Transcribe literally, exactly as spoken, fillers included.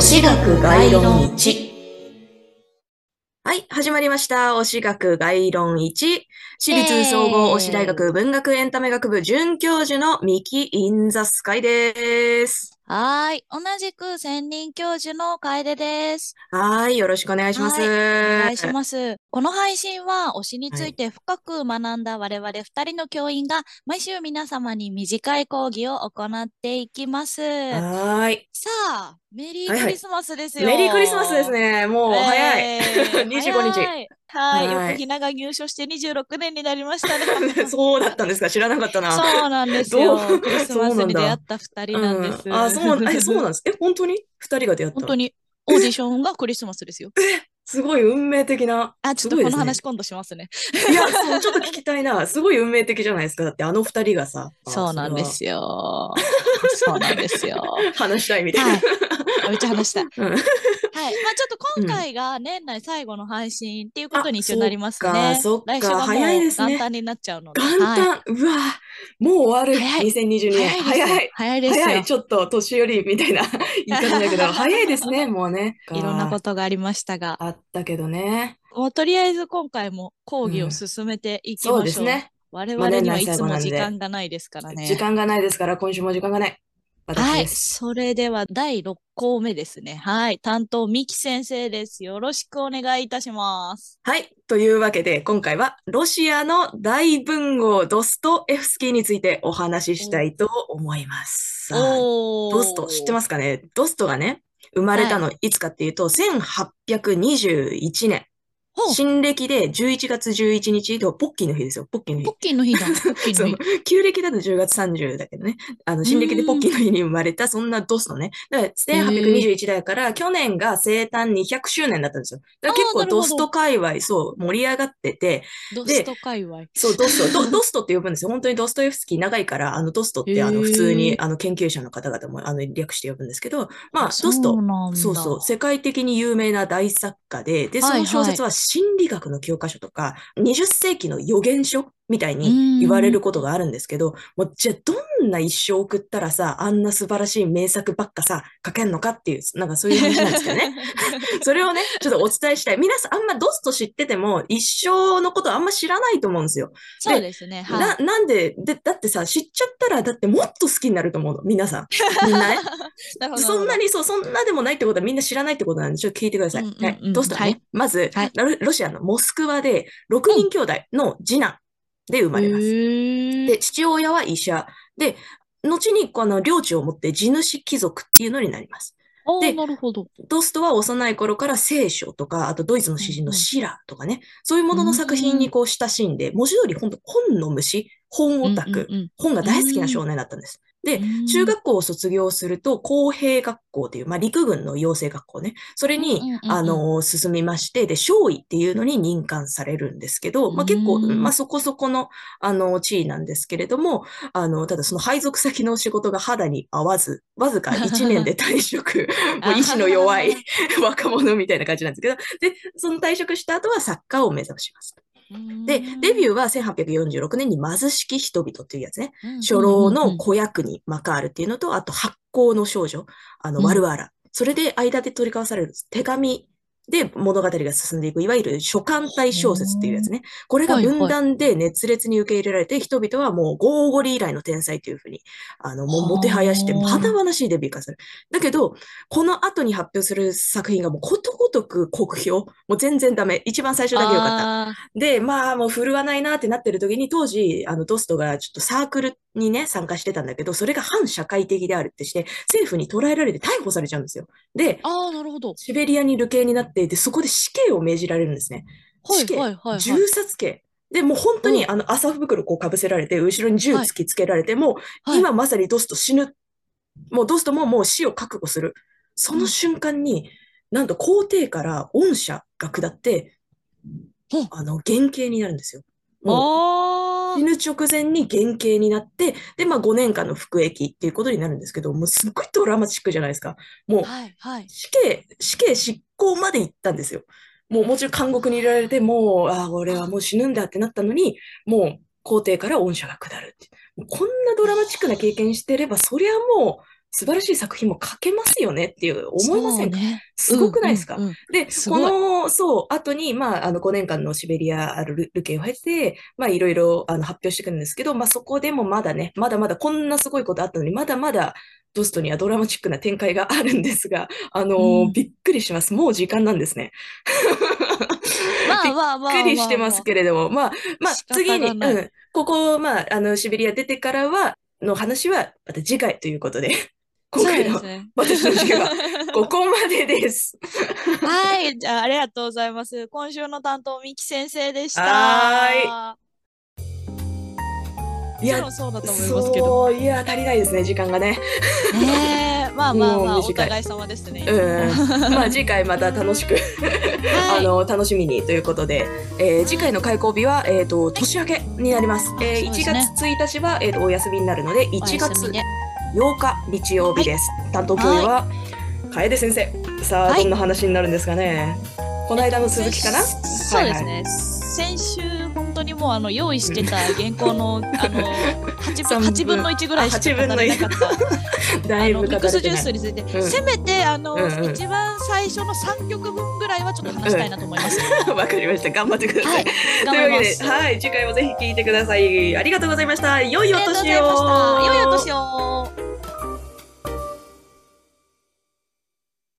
し学概論いち。はい、始まりました。推し学概論いち。私立総合推し大学文学エンタメ学部准教授のミキ・イン・ザ・スカイです。 はーい。同じく専任教授の楓です。 はい、よろしくお願いします。 はい。お願いしはます。この配信は推しについい。 て深く学んだ我々二人の教員が毎週皆様に短い講義を行っていきます。 はーい。 さあ、メリーはいはい。 クリスマスですメリークリスマスですよ。 ね。もう早い。 えー、 にじゅうごにち。 早い。はい。 はい。 横ひなが入所してにじゅうろくねんになりましたね。 そうだったんですか？知らなかったな。 そうなんですどう、 よ。クリスマスに出会っそうなんだ。 た二人なんでうん。あ、 す。 そう、え、そうなんです。え、本当に二人が出会ったの？ 本当にオーディションがクリスマスですよ。 すごい運命的な、 あ、ちょっすとごいですね。 この話今度しますね。 いや、そう、ちょっと聞きたいな。すごい運命的じゃないですか。だってあの二人がさ、あ、 そうそれはなんですよ。そうなんですよ。 話したいみたいな。 はい。めっちゃ話したい。 うん。 はい。まあちょっとうん。 今回が年内最後の配信っていうことあ、 に一応なりそっますか、 ね。 そっか、 来週が早いもうですね。 元旦になっちゃうので。はい。 元旦、うわ、もう終わる。 早い。 にせんにじゅうにねん。 早いですよ。 早い。 早いです早い。 よ。 ちょっと年寄りみたいな言い方だけど、早いですね、もうね。 いろんなこか、 とがありましたが。 あったけどね。 もうとりあえず今回も講義をうん。 進めていきそうましょう。 ですね。 我まあ、年内最 々にはいつ後なんで、 も時間がないですからね。 時間がないですから、今週も時間がない。私はい。 です。 それではだいろっ項目ですね。はい。担当、三木先生です。よろしくお願いいたします。 はい。というわけで、今回はロシアの大文豪ドストエフスキーについてお話ししたお、 いと思います。さあ、ドスト知っておー。 ますかね？ドストがね、生まれはい。 たのいつかっていうと、せんはっぴゃくにじゅういちねん。 ほう。 新暦でじゅういちがつじゅういちにち、でもポッキーの日ですよ、ポッキーのポッ日。 キーの日だ。ポッキーのそう、 日。 旧暦だとじゅうがつさんじゅうだけどね。あの、 う新暦でポッーん。 キーの日に生まれた、そんなドストね。だから、 へえ。 せんはっぴゃくにじゅういちだから去年が生誕にひゃくしゅうねんだったんですよ。だあから結あ、な構ドストるほど。 界隈、そう、盛り上がってて、で、 ドスト界隈。 そう、ドスト、ド、ドストって呼ぶんですよ。本当にドストエフスキー長いから、あの、ドストってあの、普通に、 へえ。 あの、研究者の方々も、あの、略して呼ぶんですけど、 あ、 まあ、 そうドスト、 なんだ。 そうそう、世界的に有名な大作家で、で、そはいはい。 の小説は心理学の教科書とか、にじゅっせいきの予言書みたいうに言われーん。 ることがあるんですけど、もう、じゃあ、どんな一生を送ったらさ、あんな素晴らしい名作ばっかさ、書けんのかっていう、なんかそういう話なんですけどね。それをね、ちょっとお伝えしたい。皆さんあんまドスト知ってても、一生のことあんま知らないと思うんですよ。 そうで、 ですね。はな、 い。 なんで、で、だってさ、知っちゃったら、だってもっと好きになると思うの。皆さん。みんなね。 なるほど、なるほど。 そんなに、そう、そんなでもないってことはみんな知らないってことなんで、ちょっと聞いてください。 うんうはい。 んうん。はい。 ドストはね、まず、 はい。 ロロシアのモスクワで、6 うん。 人兄弟の次男で生まれます。で、 へえ。 父親は医者。で、後にこの領地を持って地主貴族っていうのになります。 ああ、 で、 なるほど。 ドストは幼い頃から聖書とか、あとドイツの詩人のうんうん。 シラーとかね、そういうもうのの作品ーん。 にこう親しんで、文字通り本当本の虫、本うオタク、 んうんうん。 本がう大好きなーん。 少年だったんです。 うで、中ーん。 学校を卒業すると、工兵学校っていう、まあ、陸軍の養成学校ね。それに、 うんうんうんうん。 あの、進みまして、で、少尉っていうのに任官されるんですけど、 うまあ、結構、 ーん。 まあ、そこそこの、あの、地位なんですけれども、あの、ただその配属先の仕事が肌に合わず、わずかいちねんで退職、もう意志の弱いああ。 若者みたいな感じなんですけど、で、その退職した後は作家を目指します。 うーで、デビん。 ューはせんはっぴゃくよんじゅうろくねんに貧しき人々っていうやつね。 うんう初老のんうんうん。 子役にマカールっていうのと、あと発行の少女、あの、 うん。 ワルワーラ。それで間で取り交わされる手紙で物語が進んでいく、いわゆる書簡体小説っていうやほー。 つね。これがはいはい。 分断で熱烈に受け入れられて、人々はもうゴーゴリ以来の天才というふうに、あの、もうもてはやして、華は 々しいデビューがする。だけど、この後に発表する作品がもうことごとく酷評。もう全然ダメ。一番最初だけ良かった。 あ。あで、まあ、もう振るわないなってなってる時に、当時、あの、ドストがちょっとサークルにね、参加してたんだけど、それが反社会的であるってして、政府に捕らえられて逮捕されちゃうんですよ。で、 あ。ああ、なるほど。 シベリアに流刑になって、で、そこで死刑を命じられるんですね。 はいは死刑、 いはいはい。 銃殺刑。で、もう本当におう。 あの、麻袋こう被せられて、後ろに銃はい。 突きつけられて、もうはい。 今まさにドスト死ぬ。もうドストももう死を覚悟する。そうん。 の瞬間に、なんと皇帝から恩赦が下って、 ほう。 あの、減刑になるんですよ。もう死ああ。 ぬ直前に減刑になって、で、まあごねんかんの服役っていうことになるんですけど、もうすっごいドラマチックじゃないですか。もうはいはい。 死刑、死刑執行まで行ったんですよ。もうもちろん監獄に入れられて、もう、ああ、俺はもう死ぬんだってなったのに、もう皇帝から恩赦が下るって。もうこんなドラマチックな経験してれば、そりゃもう、 素晴らしい作品も書けますよねっていう思いませんか？ ね、 すごくないですか？ うんうんうん、 で、この、そう、後に、まあ、あの、ごねんかんのシベリアルルケを経て、まあ、いろいろ、あの、発表してくるんですけど、まあ、そこでもまだね、まだまだこんなすごいことあったのに、まだまだ、ドストにはドラマチックな展開があるんですが、あのーうん、びっくりします。もう時間なんですね。 まあまあまあびっくりしてますけれども、まあ、まあ、次に、うん、ここ、まあ、あの、シベリア出てからは、の話は、また次回ということで。今回の私の授業はここまでです。 はい、じゃあありがとうございます。今週の担当、みき先生でした。 はい。 もちろんそうだと思いますけど。 そう、いや、足りないですね、時間がね。 ねえ、まあまあまあ、お互い様ですね。 うん。まあ、次回また楽しく、あの、楽しみにということで、えー、次回の開講日は、えっと、年明けになります。えー、いちがつついたちは、えっと、お休みになるので、いちがつようか日曜日です。はい、担当教諭は楓先生。さあ、はい、どんな話になるんですかね。この間の続きかな。 そうですね。はいはい、先週本当にもうあの用意してた原稿のあのはちぶんのいちぐらいしか語れなかっただいぶミックスジュースについて、うん、せめてあの、うんうん、一番最初のさんきょくぶんぐらいはちょっと話したいなと思います。 わ、うん、かりました。頑張ってください。はい、というわけで、はい、次回もぜひ聞いてください。ありがとうございました。良いお年を。 良いお年を。